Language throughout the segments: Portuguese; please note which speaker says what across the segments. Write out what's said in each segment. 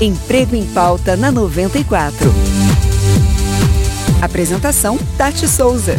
Speaker 1: Emprego em Pauta na 94. Apresentação: Tati Souza.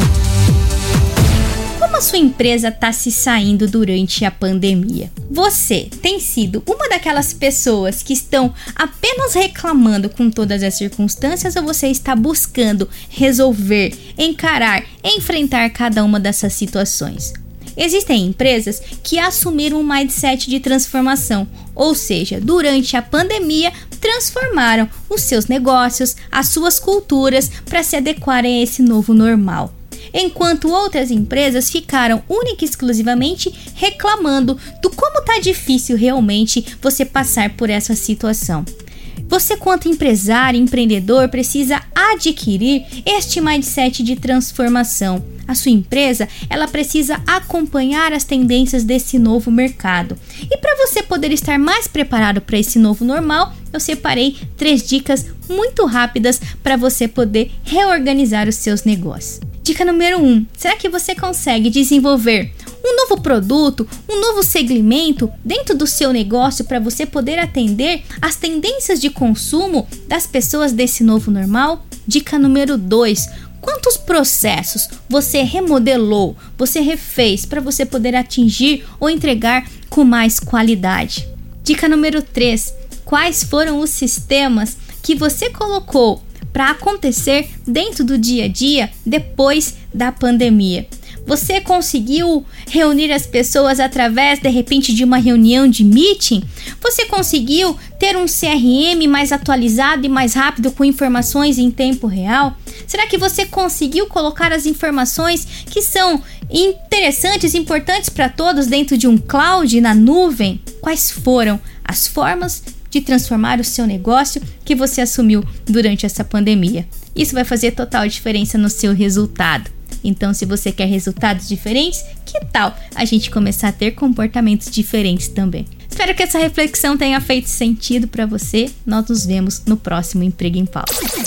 Speaker 2: Como a sua empresa está se saindo durante a pandemia? Você tem sido uma daquelas pessoas que estão apenas reclamando com todas as circunstâncias, ou você está buscando resolver, encarar, enfrentar cada uma dessas situações? Existem empresas que assumiram um mindset de transformação, ou seja, durante a pandemia transformaram os seus negócios, as suas culturas para se adequarem a esse novo normal. Enquanto outras empresas ficaram única e exclusivamente reclamando do como tá difícil realmente você passar por essa situação. Você, quanto empresário, empreendedor, precisa adquirir este mindset de transformação. A sua empresa, ela precisa acompanhar as tendências desse novo mercado. E para você poder estar mais preparado para esse novo normal, eu separei 3 dicas muito rápidas para você poder reorganizar os seus negócios. Dica número 1. Será que você consegue desenvolver um novo produto, um novo segmento dentro do seu negócio para você poder atender às tendências de consumo das pessoas desse novo normal? Dica número 2. Quantos processos você remodelou, você refez para você poder atingir ou entregar com mais qualidade? Dica número 3. Quais foram os sistemas que você colocou para acontecer dentro do dia a dia depois da pandemia? Você conseguiu reunir as pessoas através, de repente, de uma reunião de meeting? Você conseguiu ter um CRM mais atualizado e mais rápido com informações em tempo real? Será que você conseguiu colocar as informações que são interessantes, importantes para todos dentro de um cloud, na nuvem? Quais foram as formas de transformar o seu negócio que você assumiu durante essa pandemia? Isso vai fazer total diferença no seu resultado. Então, se você quer resultados diferentes, que tal a gente começar a ter comportamentos diferentes também? Espero que essa reflexão tenha feito sentido para você. Nós nos vemos no próximo Emprego em Pauta.